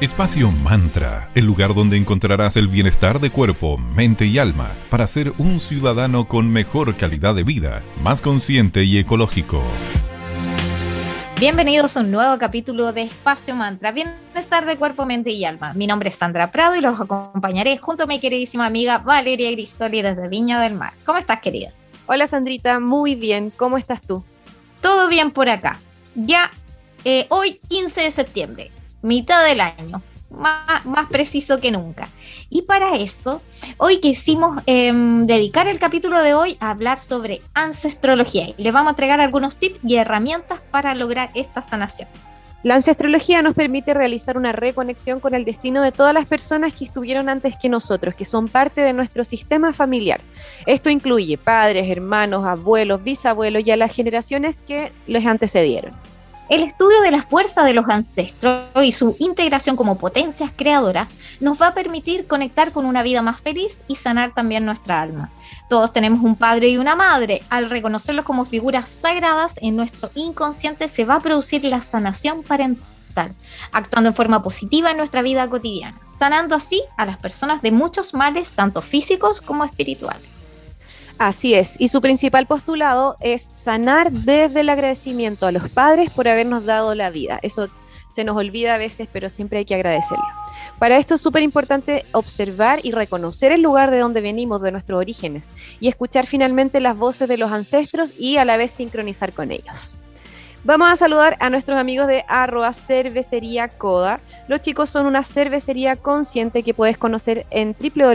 Espacio Mantra, el lugar donde encontrarás el bienestar de cuerpo, mente y alma para ser un ciudadano con mejor calidad de vida, más consciente y ecológico. Bienvenidos a un nuevo capítulo de Espacio Mantra, bienestar de cuerpo, mente y alma. Mi nombre es Sandra Prado y los acompañaré junto a mi queridísima amiga Valeria Grisoli desde Viña del Mar. ¿Cómo estás, querida? Hola, Sandrita, muy bien. ¿Cómo estás tú? Todo bien por acá. Ya hoy 15 de septiembre. Mitad del año, más preciso que nunca. Y para eso, hoy quisimos dedicar el capítulo de hoy a hablar sobre ancestrología. Y les vamos a entregar algunos tips y herramientas para lograr esta sanación. La ancestrología nos permite realizar una reconexión con el destino de todas las personas que estuvieron antes que nosotros, que son parte de nuestro sistema familiar. Esto incluye padres, hermanos, abuelos, bisabuelos y a las generaciones que les antecedieron. El estudio de la fuerza de los ancestros y su integración como potencias creadoras nos va a permitir conectar con una vida más feliz y sanar también nuestra alma. Todos tenemos un padre y una madre. Al reconocerlos como figuras sagradas, en nuestro inconsciente se va a producir la sanación parental, actuando en forma positiva en nuestra vida cotidiana, sanando así a las personas de muchos males, tanto físicos como espirituales. Así es, y su principal postulado es sanar desde el agradecimiento a los padres por habernos dado la vida. Eso se nos olvida a veces, pero siempre hay que agradecerlo. Para esto es súper importante observar y reconocer el lugar de donde venimos, de nuestros orígenes, y escuchar finalmente las voces de los ancestros y a la vez sincronizar con ellos. Vamos a saludar a nuestros amigos de @cervecería Coda. Los chicos son una cervecería consciente que puedes conocer en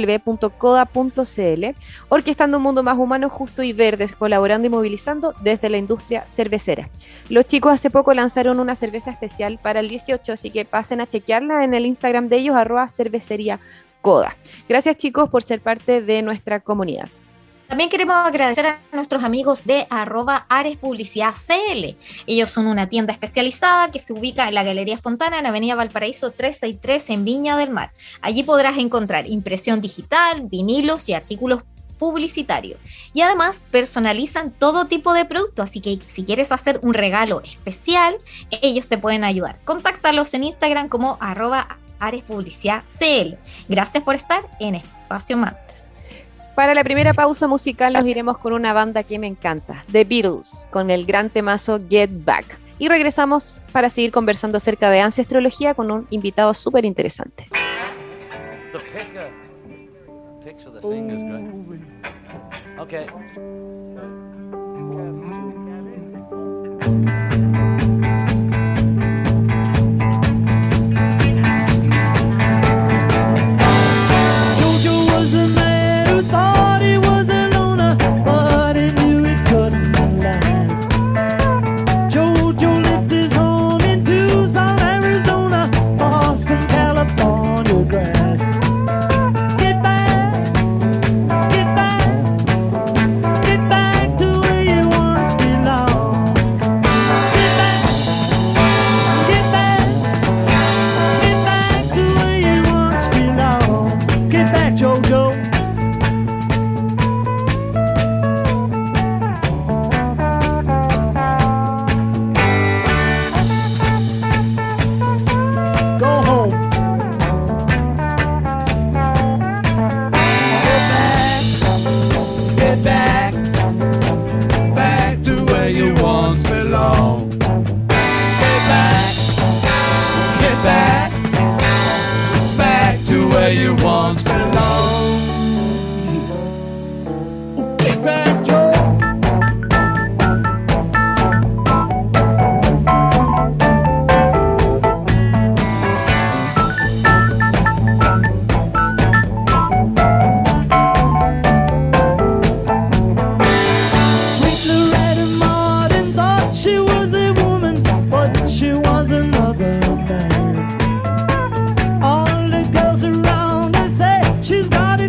www.coda.cl, orquestando un mundo más humano, justo y verde, colaborando y movilizando desde la industria cervecera. Los chicos hace poco lanzaron una cerveza especial para el 18, así que pasen a chequearla en el Instagram de ellos, @cervecería Coda. Gracias, chicos, por ser parte de nuestra comunidad. También queremos agradecer a nuestros amigos de @Ares Publicidad CL. Ellos son una tienda especializada que se ubica en la Galería Fontana, en Avenida Valparaíso 363 en Viña del Mar. Allí podrás encontrar impresión digital, vinilos y artículos publicitarios. Y además personalizan todo tipo de productos, así que si quieres hacer un regalo especial, ellos te pueden ayudar. Contáctalos en Instagram como @Ares Publicidad CL. Gracias por estar en Espacio Mantra. Para la primera pausa musical nos iremos con una banda que me encanta, The Beatles, con el gran temazo Get Back. Y regresamos para seguir conversando acerca de ancestrología con un invitado súper interesante. The picks of the fingers, great. Okay. She's got it.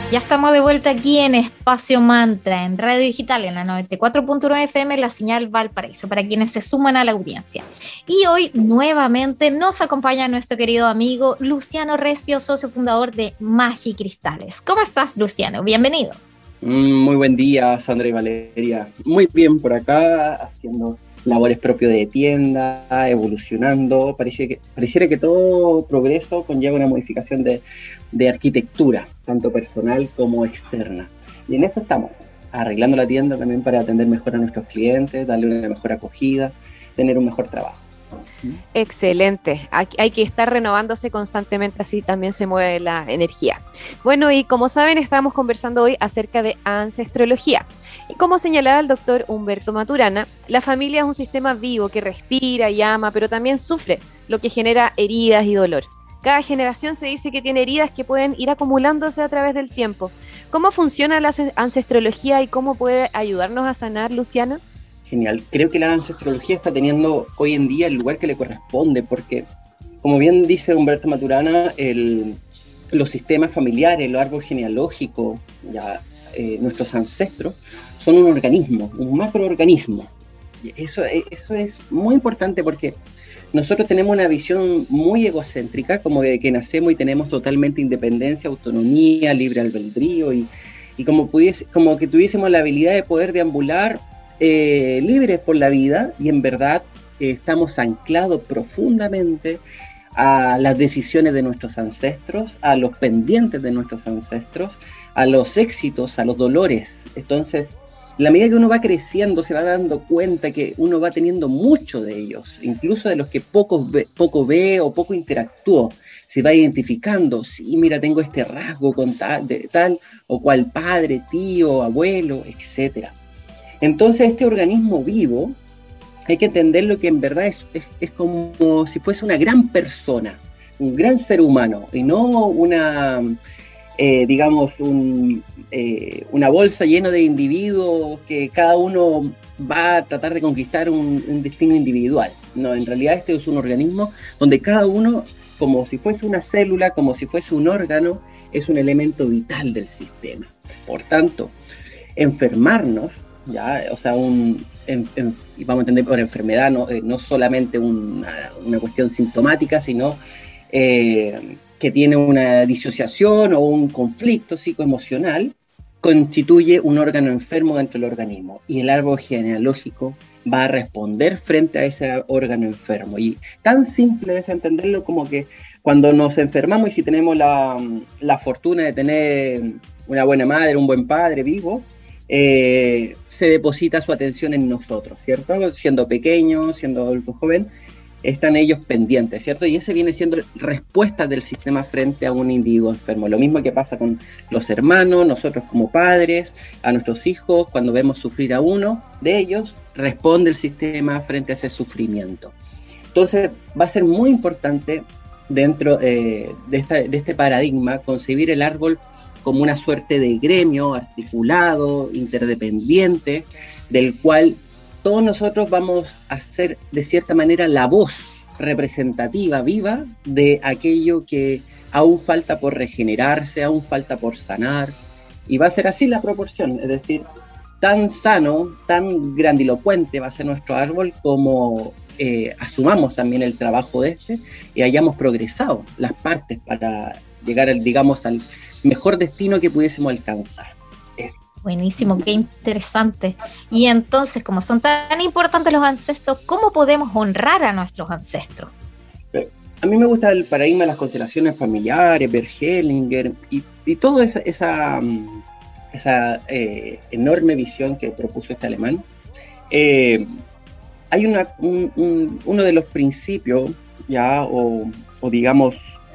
Ya estamos de vuelta aquí en Espacio Mantra, en Radio Digital, en la 94.9 FM, la señal Valparaíso, para quienes se suman a la audiencia. Y hoy nuevamente nos acompaña nuestro querido amigo Luciano Recio, socio fundador de Magicristales. ¿Cómo estás, Luciano? Bienvenido. Muy buen día, Sandra y Valeria. Muy bien por acá, haciendo labores propias de tienda, evolucionando. Pareciera que todo progreso conlleva una modificación de arquitectura, tanto personal como externa. Y en eso estamos, arreglando la tienda también para atender mejor a nuestros clientes, darle una mejor acogida, tener un mejor trabajo. Excelente, hay que estar renovándose constantemente, así también se mueve la energía. Bueno, y como saben, estamos conversando hoy acerca de ancestrología. Y como señalaba el doctor Humberto Maturana, la familia es un sistema vivo que respira y ama, pero también sufre, lo que genera heridas y dolor. Cada generación se dice que tiene heridas que pueden ir acumulándose a través del tiempo. ¿Cómo funciona la ancestrología y cómo puede ayudarnos a sanar, Luciana? Genial. Creo que la ancestrología está teniendo hoy en día el lugar que le corresponde, porque, como bien dice Humberto Maturana, los sistemas familiares, los árboles genealógicos, nuestros ancestros, son un organismo, un macroorganismo. Eso es muy importante porque nosotros tenemos una visión muy egocéntrica, como de que nacemos y tenemos totalmente independencia, autonomía, libre albedrío, y como que tuviésemos la habilidad de poder deambular libres por la vida, y en verdad estamos anclados profundamente a las decisiones de nuestros ancestros, a los pendientes de nuestros ancestros, a los éxitos, a los dolores. Entonces, en la medida que uno va creciendo, se va dando cuenta que uno va teniendo mucho de ellos, incluso de los que poco ve o poco interactúa. Se va identificando, sí, mira, tengo este rasgo con tal o cual padre, tío, abuelo, etc. Entonces, este organismo vivo, hay que entenderlo que en verdad es como si fuese una gran persona, un gran ser humano, y no una bolsa llena de individuos que cada uno va a tratar de conquistar un destino individual. No, en realidad este es un organismo donde cada uno, como si fuese una célula, como si fuese un órgano, es un elemento vital del sistema. Por tanto, enfermarnos, y vamos a entender por enfermedad no solamente una cuestión sintomática, sino que tiene una disociación o un conflicto psicoemocional, constituye un órgano enfermo dentro del organismo, y el árbol genealógico va a responder frente a ese órgano enfermo. Y tan simple es entenderlo como que cuando nos enfermamos, y si tenemos la fortuna de tener una buena madre, un buen padre vivo, se deposita su atención en nosotros, ¿cierto? Siendo pequeño, siendo adulto joven, están ellos pendientes, ¿cierto? Y ese viene siendo respuesta del sistema frente a un individuo enfermo. Lo mismo que pasa con los hermanos, nosotros como padres, a nuestros hijos, cuando vemos sufrir a uno de ellos, responde el sistema frente a ese sufrimiento. Entonces, va a ser muy importante dentro de este paradigma concebir el árbol como una suerte de gremio articulado, interdependiente, del cual todos nosotros vamos a ser de cierta manera la voz representativa, viva, de aquello que aún falta por regenerarse, aún falta por sanar, y va a ser así la proporción, es decir, tan sano, tan grandilocuente va a ser nuestro árbol como asumamos también el trabajo de y hayamos progresado las partes para llegar al mejor destino que pudiésemos alcanzar. Buenísimo, qué interesante. Y entonces, como son tan importantes los ancestros, ¿cómo podemos honrar a nuestros ancestros? A mí me gusta el paradigma de las constelaciones familiares, Bert Hellinger, y toda esa enorme visión que propuso este alemán. Hay uno de los principios, o digamos,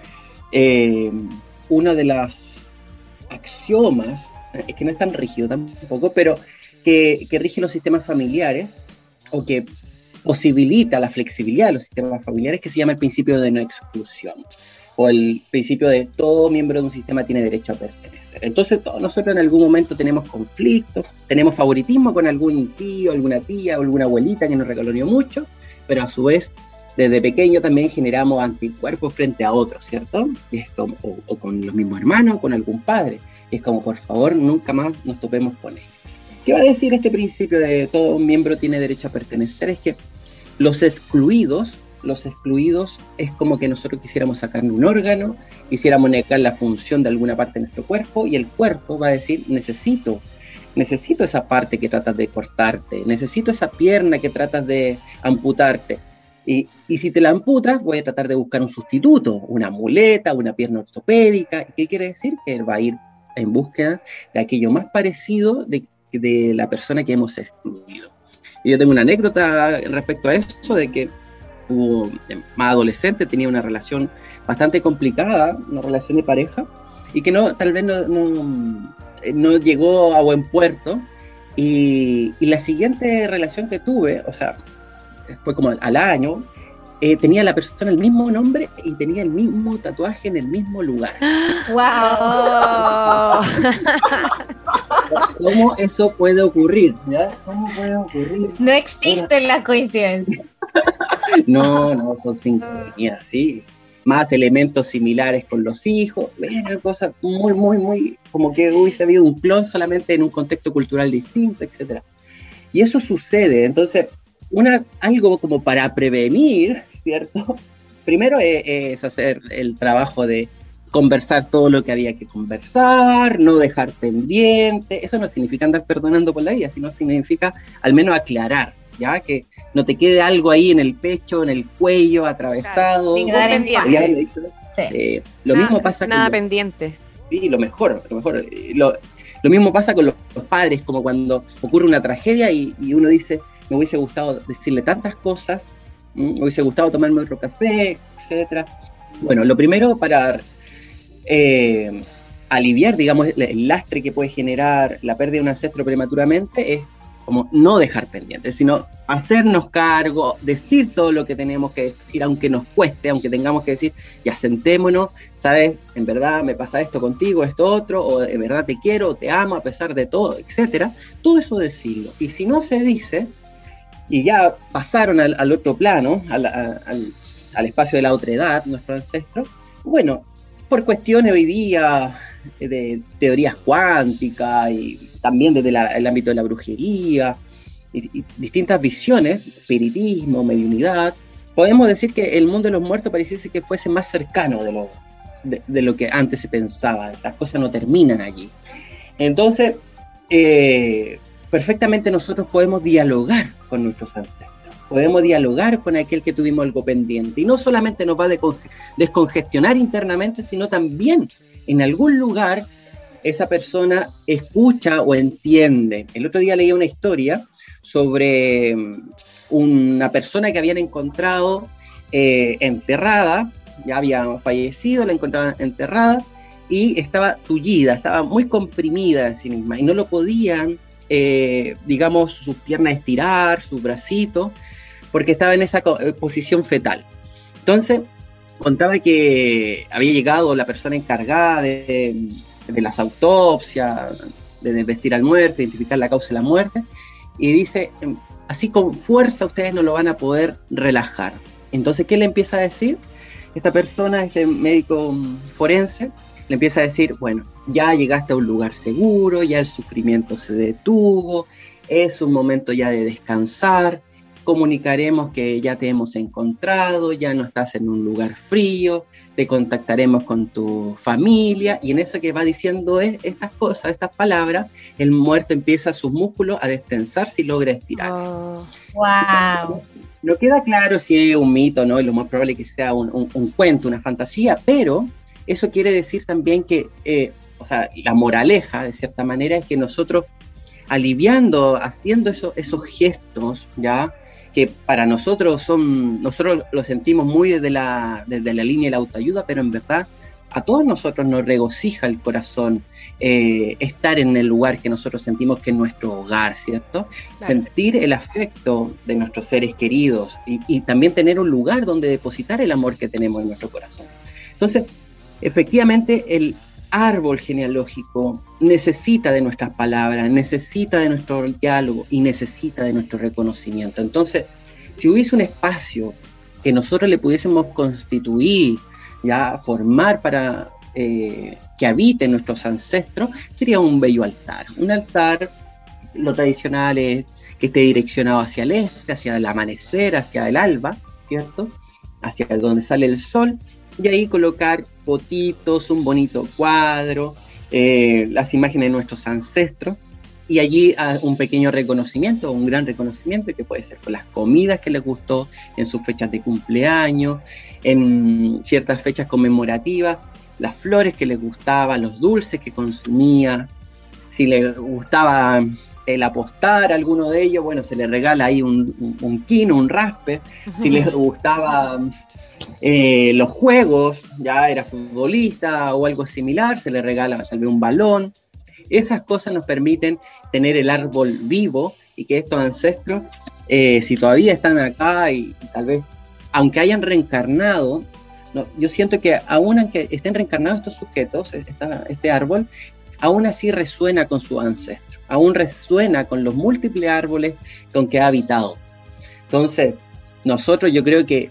uno de los axiomas, es que no es tan rígido tampoco, pero que rige los sistemas familiares, o que posibilita la flexibilidad de los sistemas familiares, que se llama el principio de no exclusión, o el principio de todo miembro de un sistema tiene derecho a pertenecer. Entonces todos nosotros en algún momento tenemos conflictos, tenemos favoritismo con algún tío, alguna tía o alguna abuelita que nos regaloneó mucho, pero a su vez desde pequeño también generamos anticuerpos frente a otros, ¿cierto? Y esto, o con los mismos hermanos, o con algún padre. Es como, por favor, nunca más nos topemos con ellos. ¿Qué va a decir este principio de todo miembro tiene derecho a pertenecer? Es que los excluidos es como que nosotros quisiéramos sacarle un órgano, quisiéramos negar la función de alguna parte de nuestro cuerpo, y el cuerpo va a decir, necesito esa parte que tratas de cortarte, necesito esa pierna que tratas de amputarte. Y si te la amputas, voy a tratar de buscar un sustituto, una muleta, una pierna ortopédica. ¿Qué quiere decir? Que él va a ir en búsqueda de aquello más parecido de la persona que hemos excluido. Y yo tengo una anécdota respecto a eso, de que más adolescente, tenía una relación bastante complicada, una relación de pareja, y que tal vez no llegó a buen puerto, y la siguiente relación que tuve, o sea, fue como al año, tenía la persona el mismo nombre y tenía el mismo tatuaje en el mismo lugar. ¡Wow! ¿Cómo eso puede ocurrir? ¿Ya? ¿Cómo puede ocurrir? No existen las coincidencias. No, son sincronías, ¿sí? Más elementos similares con los hijos, cosas muy, muy, muy, como que hubiese habido un clon solamente en un contexto cultural distinto, etc. Y eso sucede, entonces, algo como para prevenir, ¿cierto? Primero es hacer el trabajo de conversar todo lo que había que conversar, no dejar pendiente. Eso no significa andar perdonando por la vida, sino significa al menos aclarar, ¿ya? Que no te quede algo ahí en el pecho, en el cuello, atravesado. Sin quedar en paz. Sí. Lo mismo pasa nada pendiente. Sí, lo mejor. Lo mismo pasa con los padres, como cuando ocurre una tragedia y uno dice, me hubiese gustado decirle tantas cosas, me hubiese gustado tomarme otro café, etcétera. Bueno, lo primero para aliviar, digamos, el lastre que puede generar la pérdida de un ancestro prematuramente es como no dejar pendiente, sino hacernos cargo, decir todo lo que tenemos que decir, aunque nos cueste, aunque tengamos que decir, ya sentémonos, ¿sabes? En verdad me pasa esto contigo, esto otro, o en verdad te quiero, o te amo a pesar de todo, etcétera. Todo eso decirlo. Y si no se dice, y ya pasaron al otro plano, al espacio de la otredad, nuestros ancestros, bueno, por cuestiones hoy día de teorías cuánticas y también desde el ámbito de la brujería y distintas visiones, espiritismo, mediunidad, podemos decir que el mundo de los muertos pareciese que fuese más cercano de lo que antes se pensaba. Las cosas no terminan allí. Entonces, perfectamente nosotros podemos dialogar con nuestros ancestros, podemos dialogar con aquel que tuvimos algo pendiente, y no solamente nos va a descongestionar internamente, sino también en algún lugar esa persona escucha o entiende. El otro día leí una historia sobre una persona que habían encontrado enterrada, ya había fallecido, la encontraban enterrada y estaba tullida, estaba muy comprimida en sí misma y no lo podían, digamos, sus piernas estirar, sus bracitos, porque estaba en esa posición fetal. Entonces, contaba que había llegado la persona encargada de las autopsias, de investir al muerto, identificar la causa de la muerte, y dice, así con fuerza ustedes no lo van a poder relajar. Entonces, ¿qué le empieza a decir? Esta persona, este médico forense, le empieza a decir, bueno, ya llegaste a un lugar seguro, ya el sufrimiento se detuvo, es un momento ya de descansar, comunicaremos que ya te hemos encontrado, ya no estás en un lugar frío, te contactaremos con tu familia, y en eso que va diciendo estas cosas, estas palabras, el muerto empieza sus músculos a destensarse y logra estirar. Oh. ¡Wow! No queda claro si es un mito, ¿no? Y lo más probable es que sea un cuento, una fantasía, pero eso quiere decir también que, o sea, la moraleja, de cierta manera, es que nosotros, aliviando, haciendo esos gestos, ¿ya?, que para nosotros lo sentimos muy desde la línea de la autoayuda, pero en verdad a todos nosotros nos regocija el corazón estar en el lugar que nosotros sentimos que es nuestro hogar, ¿cierto? Claro. Sentir el afecto de nuestros seres queridos y también tener un lugar donde depositar el amor que tenemos en nuestro corazón. Entonces, efectivamente, el árbol genealógico necesita de nuestras palabras, necesita de nuestro diálogo y necesita de nuestro reconocimiento. Entonces, si hubiese un espacio que nosotros le pudiésemos constituir, ya formar para que habiten nuestros ancestros, sería un bello altar. Un altar, lo tradicional es que esté direccionado hacia el este, hacia el amanecer, hacia el alba, ¿cierto? Hacia donde sale el sol, y ahí colocar fotitos, un bonito cuadro, las imágenes de nuestros ancestros, y allí un pequeño reconocimiento, un gran reconocimiento, que puede ser por las comidas que les gustó en sus fechas de cumpleaños, en ciertas fechas conmemorativas, las flores que les gustaban, los dulces que consumía, si les gustaba el apostar a alguno de ellos, bueno, se les regala ahí un quino, un raspe. Si les gustaba los juegos, ya era futbolista o algo similar, se les regala tal vez un balón. Esas cosas nos permiten tener el árbol vivo y que estos ancestros, si todavía están acá y tal vez, aunque hayan reencarnado, no, yo siento que aún aunque estén reencarnados estos sujetos, este árbol, aún así resuena con su ancestro, aún resuena con los múltiples árboles con que ha habitado. Entonces, nosotros yo creo que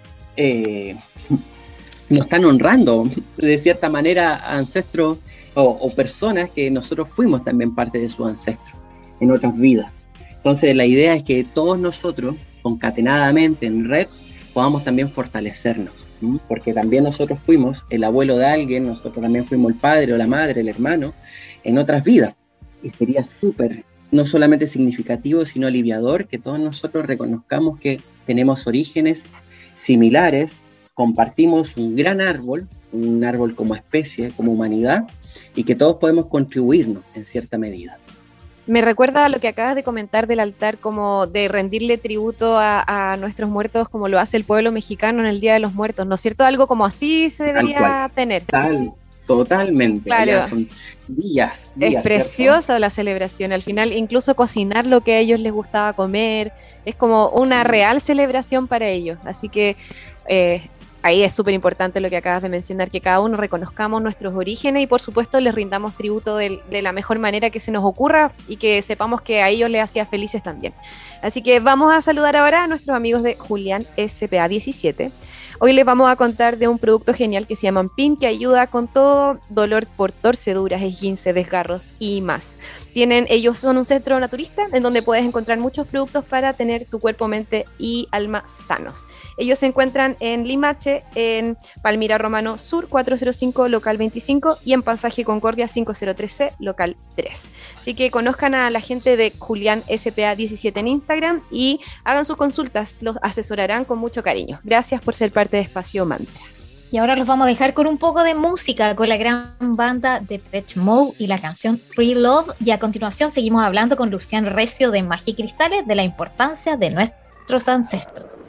nos están honrando de cierta manera ancestros o personas que nosotros fuimos también parte de su ancestro en otras vidas. Entonces la idea es que todos nosotros, concatenadamente en red, podamos también fortalecernos, ¿sí? Porque también nosotros fuimos el abuelo de alguien, nosotros también fuimos el padre o la madre, el hermano, en otras vidas. Y sería súper, no solamente significativo, sino aliviador, que todos nosotros reconozcamos que tenemos orígenes similares, compartimos un gran árbol como especie, como humanidad, y que todos podemos contribuirnos en cierta medida. Me recuerda a lo que acabas de comentar del altar, como de rendirle tributo a nuestros muertos, como lo hace el pueblo mexicano en el Día de los Muertos, ¿no es cierto? Algo como así se debería tener. Totalmente. Claro. Son días. Es preciosa, ¿cierto? La celebración. Al final, incluso cocinar lo que a ellos les gustaba comer, es como una real celebración para ellos. Así que ahí es súper importante lo que acabas de mencionar, que cada uno reconozcamos nuestros orígenes y por supuesto les rindamos tributo de la mejor manera que se nos ocurra y que sepamos que a ellos les hacía felices también. Así que vamos a saludar ahora a nuestros amigos de Julián SPA 17. Hoy les vamos a contar de un producto genial que se llama PIN, que ayuda con todo dolor por torceduras, esguince, desgarros y más. Ellos son un centro naturista en donde puedes encontrar muchos productos para tener tu cuerpo, mente y alma sanos. Ellos se encuentran en Limache, en Palmira Romano Sur 405, local 25, y en Pasaje Concordia 503C, local 3. Así que conozcan a la gente de Julián SPA 17 en Instagram y hagan sus consultas, los asesorarán con mucho cariño. Gracias por ser parte de Espacio Mantra. Y ahora los vamos a dejar con un poco de música, con la gran banda Depeche Mode y la canción Free Love. Y a continuación seguimos hablando con Lucián Recio de Magia y Cristales de la importancia de nuestros ancestros.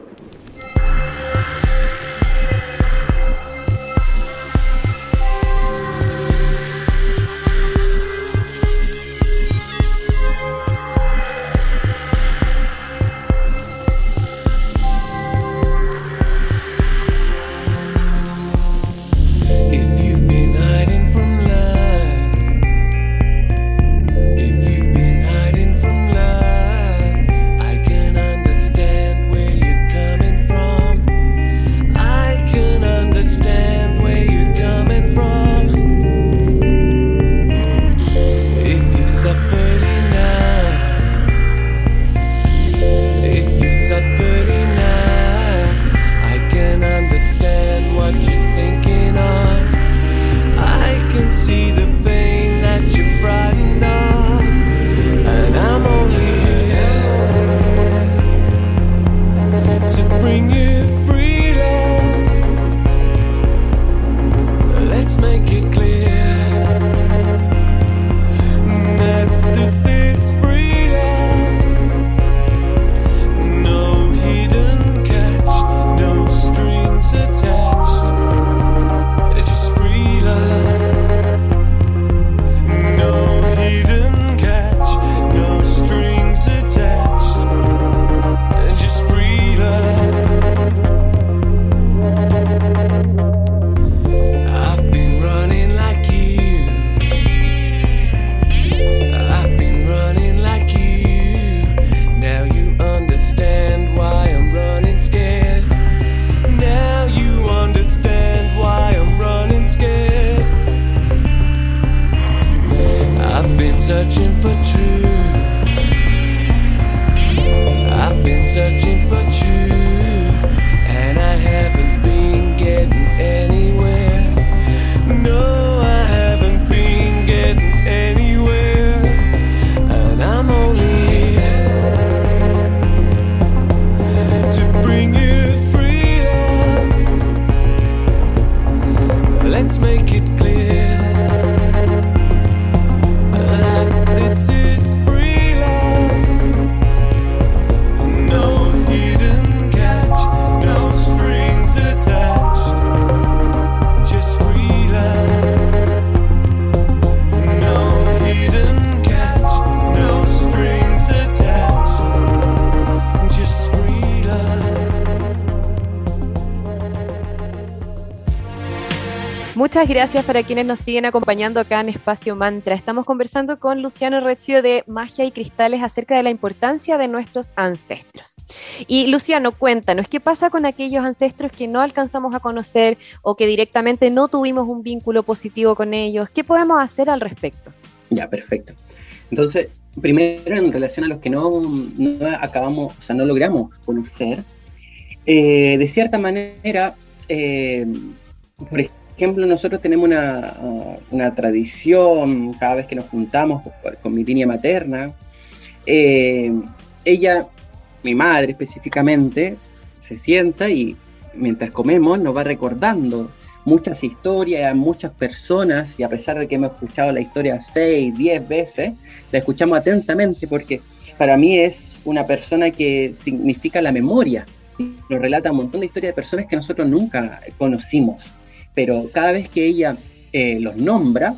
searching for truth. I've been searching for truth, and I haven't been getting anywhere. No, I haven't been getting anywhere, and I'm only here to bring you freedom. Let's make it clear that this is free love. No hidden catch, no strings attached. Just free love. No hidden catch, no strings attached. Just free love. Muchas gracias para quienes nos siguen acompañando acá en Espacio Mantra. Estamos conversando con Luciano Rezio de Magia y Cristales acerca de la importancia de nuestros ancestros. Y Luciano, cuéntanos, ¿qué pasa con aquellos ancestros que no alcanzamos a conocer o que directamente no tuvimos un vínculo positivo con ellos? ¿Qué podemos hacer al respecto? Ya, perfecto. Entonces, primero en relación a los que no acabamos, o sea, no logramos conocer, de cierta manera, por ejemplo, nosotros tenemos una tradición cada vez que nos juntamos con mi línea materna. Ella, mi madre específicamente, se sienta y mientras comemos nos va recordando muchas historias, muchas personas, y a pesar de que hemos escuchado la historia 6, 10 veces, la escuchamos atentamente porque para mí es una persona que significa la memoria. Nos relata un montón de historias de personas que nosotros nunca conocimos. Pero cada vez que ella los nombra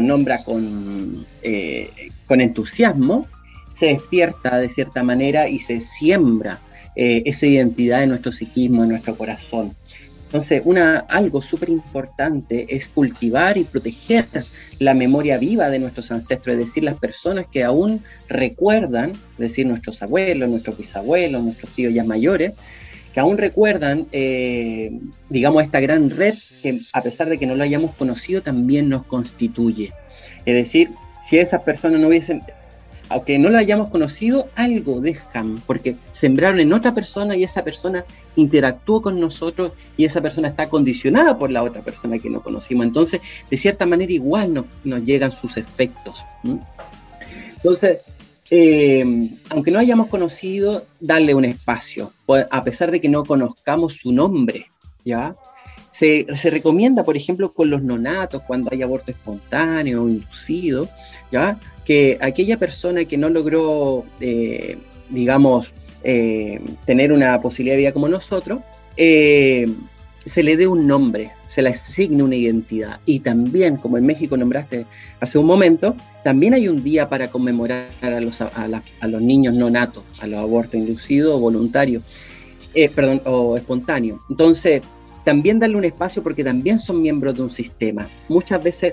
con entusiasmo, se despierta de cierta manera y se siembra esa identidad en nuestro psiquismo, en nuestro corazón. Entonces, algo súper importante es cultivar y proteger la memoria viva de nuestros ancestros, es decir, las personas que aún recuerdan, es decir, nuestros abuelos, nuestros bisabuelos, nuestros tíos ya mayores, que aún recuerdan, digamos, esta gran red que a pesar de que no lo hayamos conocido, también nos constituye. Es decir, si esas personas no hubiesen, aunque no lo hayamos conocido, algo dejan, porque sembraron en otra persona y esa persona interactuó con nosotros y esa persona está condicionada por la otra persona que no conocimos. Entonces, de cierta manera, igual nos llegan sus efectos. Entonces, aunque no hayamos conocido, darle un espacio, a pesar de que no conozcamos su nombre, ¿ya? Se recomienda, por ejemplo, con los nonatos, cuando hay aborto espontáneo o inducido, ¿ya? Que aquella persona que no logró, digamos, tener una posibilidad de vida como nosotros, se le dé un nombre, se le asigne una identidad. Y también, como en México nombraste hace un momento, también hay un día para conmemorar a los niños no natos, a los abortos inducidos o voluntarios, o espontáneos. Entonces, también darle un espacio porque también son miembros de un sistema. Muchas veces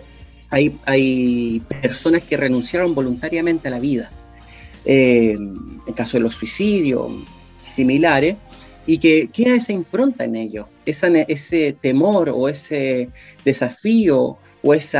hay personas que renunciaron voluntariamente a la vida, en el caso de los suicidios similares, y que queda esa impronta en ellos, ese temor o ese desafío o ese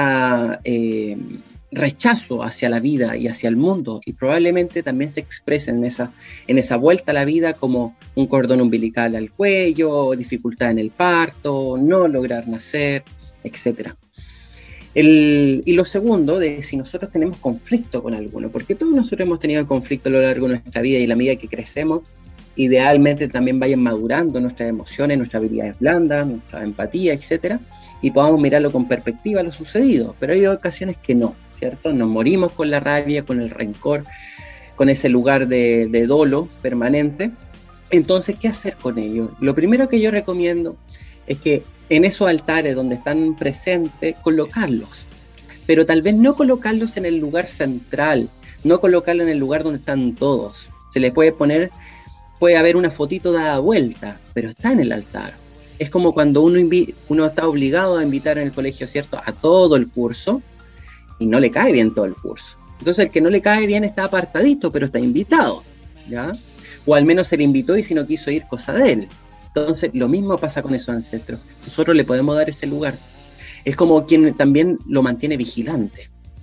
rechazo hacia la vida y hacia el mundo, y probablemente también se expresa en esa vuelta a la vida como un cordón umbilical al cuello, dificultad en el parto, no lograr nacer, etc. Y lo segundo, de si nosotros tenemos conflicto con alguno, porque todos nosotros hemos tenido conflicto a lo largo de nuestra vida y a la medida que crecemos, idealmente también vayan madurando nuestras emociones, nuestras habilidades blandas, nuestra empatía, etc. Y podamos mirarlo con perspectiva lo sucedido, pero hay ocasiones que no, ¿cierto? Nos morimos con la rabia, con el rencor, con ese lugar de dolo permanente. Entonces, ¿qué hacer con ello? Lo primero que yo recomiendo es que en esos altares donde están presentes, colocarlos, pero tal vez no colocarlos en el lugar central, no colocarlos en el lugar donde están todos. Se les puede haber una fotito dada vuelta, pero está en el altar. Es como cuando uno está obligado a invitar en el colegio, ¿cierto?, a todo el curso, y no le cae bien todo el curso. Entonces el que no le cae bien está apartadito, pero está invitado, ¿ya? O al menos se le invitó y si no quiso ir, cosa de él. Entonces lo mismo pasa con esos ancestros. Nosotros le podemos dar ese lugar. Es como quien también lo mantiene vigilante.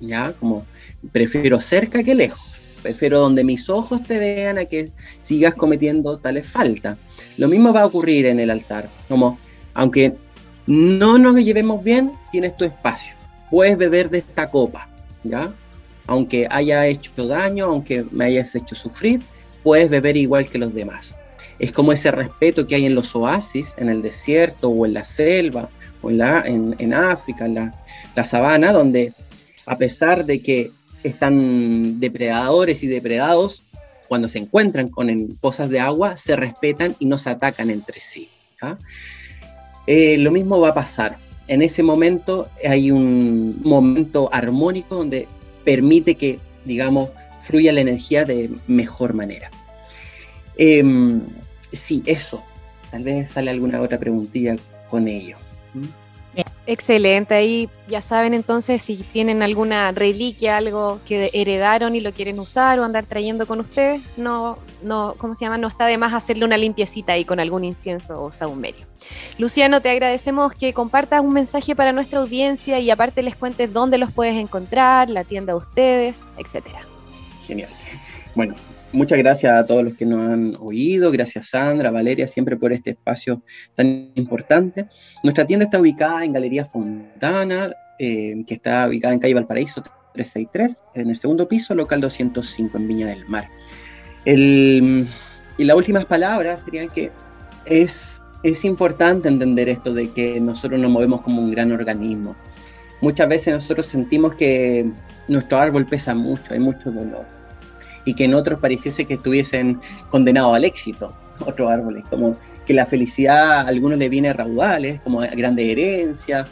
¿ya? Como prefiero cerca que lejos. Prefiero donde mis ojos te vean a que sigas cometiendo tales faltas. Lo mismo va a ocurrir en el altar. Como, aunque no nos llevemos bien, tienes tu espacio. Puedes beber de esta copa, ¿ya? Aunque haya hecho daño, aunque me hayas hecho sufrir, puedes beber igual que los demás. Es como ese respeto que hay en los oasis, en el desierto o en la selva, o en África, en la sabana, donde a pesar de que están depredadores y depredados, cuando se encuentran con pozas de agua, se respetan y no se atacan entre sí, ¿ya? Lo mismo va a pasar. En ese momento hay un momento armónico donde permite que, digamos, fluya la energía de mejor manera. Sí, eso. Tal vez sale alguna otra preguntilla con ello. Excelente, ahí ya saben entonces si tienen alguna reliquia, algo que heredaron y lo quieren usar o andar trayendo con ustedes, no, ¿cómo se llama? No está de más hacerle una limpiecita ahí con algún incienso o sahumerio. Luciano, te agradecemos que compartas un mensaje para nuestra audiencia y aparte les cuentes dónde los puedes encontrar, la tienda de ustedes, etcétera. Genial. Bueno, muchas gracias a todos los que nos han oído, gracias Sandra, Valeria, siempre por este espacio tan importante. Nuestra tienda está ubicada en Galería Fontana, que está ubicada en calle Valparaíso 363, en el segundo piso, local 205 en Viña del Mar. Y las últimas palabras serían que es importante entender esto de que nosotros nos movemos como un gran organismo. Muchas veces nosotros sentimos que nuestro árbol pesa mucho, hay mucho dolor, y que en otros pareciese que estuviesen condenados al éxito, otros árboles, como que la felicidad a algunos le viene a raudales, como grandes herencias,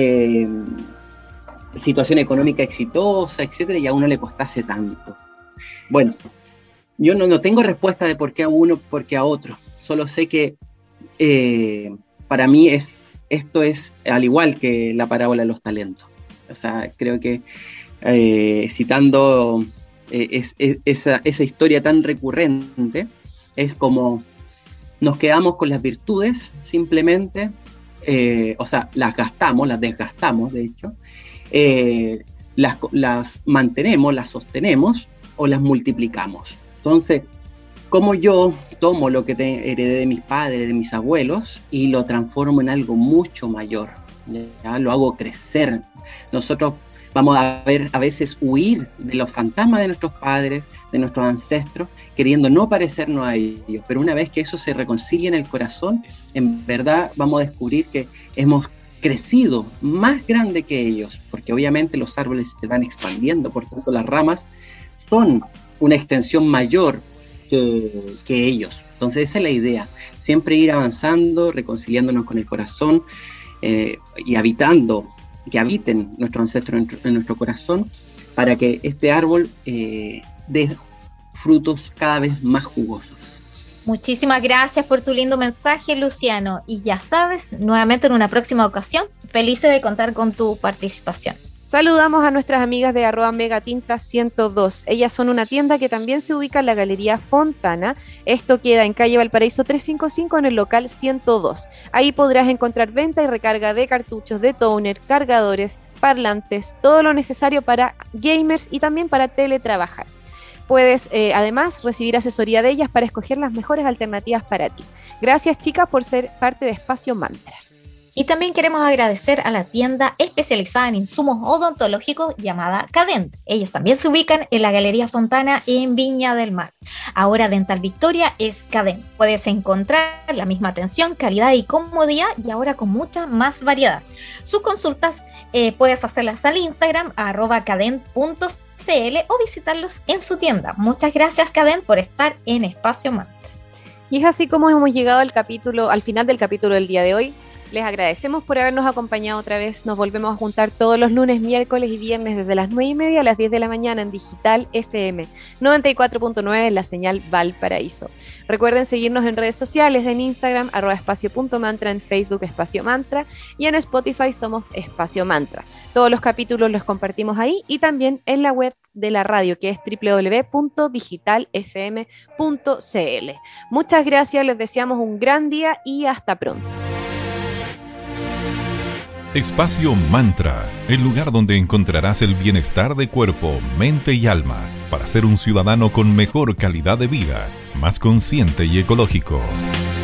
situación económica exitosa, etcétera, y a uno le costase tanto. Bueno, yo no tengo respuesta de por qué a uno, por qué a otro, solo sé que para mí esto es al igual que la parábola de los talentos. O sea, creo que citando esa historia tan recurrente, es como nos quedamos con las virtudes simplemente, o sea, las desgastamos de hecho, las mantenemos, las sostenemos o las multiplicamos. Entonces, como yo tomo lo que heredé de mis padres, de mis abuelos, y lo transformo en algo mucho mayor, ¿ya? Lo hago crecer. Nosotros vamos a ver a veces huir de los fantasmas de nuestros padres, de nuestros ancestros, queriendo no parecernos a ellos, pero una vez que eso se reconcilia en el corazón, en verdad vamos a descubrir que hemos crecido más grande que ellos, porque obviamente los árboles se van expandiendo, por tanto las ramas son una extensión mayor que ellos. Entonces esa es la idea, siempre ir avanzando, reconciliándonos con el corazón y que habiten nuestros ancestros en nuestro corazón, para que este árbol dé frutos cada vez más jugosos. Muchísimas gracias por tu lindo mensaje, Luciano. Y ya sabes, nuevamente en una próxima ocasión, felices de contar con tu participación. Saludamos a nuestras amigas de @megatinta102. Ellas son una tienda que también se ubica en la Galería Fontana. Esto queda en calle Valparaíso 355 en el local 102. Ahí podrás encontrar venta y recarga de cartuchos, de toner, cargadores, parlantes, todo lo necesario para gamers y también para teletrabajar. Puedes además recibir asesoría de ellas para escoger las mejores alternativas para ti. Gracias, chicas, por ser parte de Espacio Mantra. Y también queremos agradecer a la tienda especializada en insumos odontológicos llamada Cadent. Ellos también se ubican en la Galería Fontana en Viña del Mar. Ahora Dental Victoria es Cadent. Puedes encontrar la misma atención, calidad y comodidad, y ahora con mucha más variedad. Sus consultas puedes hacerlas al Instagram @cadent.cl o visitarlos en su tienda. Muchas gracias, Cadent, por estar en Espacio Mantra. Y es así como hemos llegado al final del capítulo del día de hoy. Les agradecemos por habernos acompañado otra vez. Nos volvemos a juntar todos los lunes, miércoles y viernes desde las 9:30 a las 10 de la mañana en Digital FM 94.9 en la señal Valparaíso. Recuerden seguirnos en redes sociales, en Instagram @espacio.mantra, en Facebook Espacio Mantra y en Spotify somos Espacio Mantra. Todos los capítulos los compartimos ahí y también en la web de la radio, que es www.digitalfm.cl. Muchas gracias, les deseamos un gran día y hasta pronto. Espacio Mantra, el lugar donde encontrarás el bienestar de cuerpo, mente y alma para ser un ciudadano con mejor calidad de vida, más consciente y ecológico.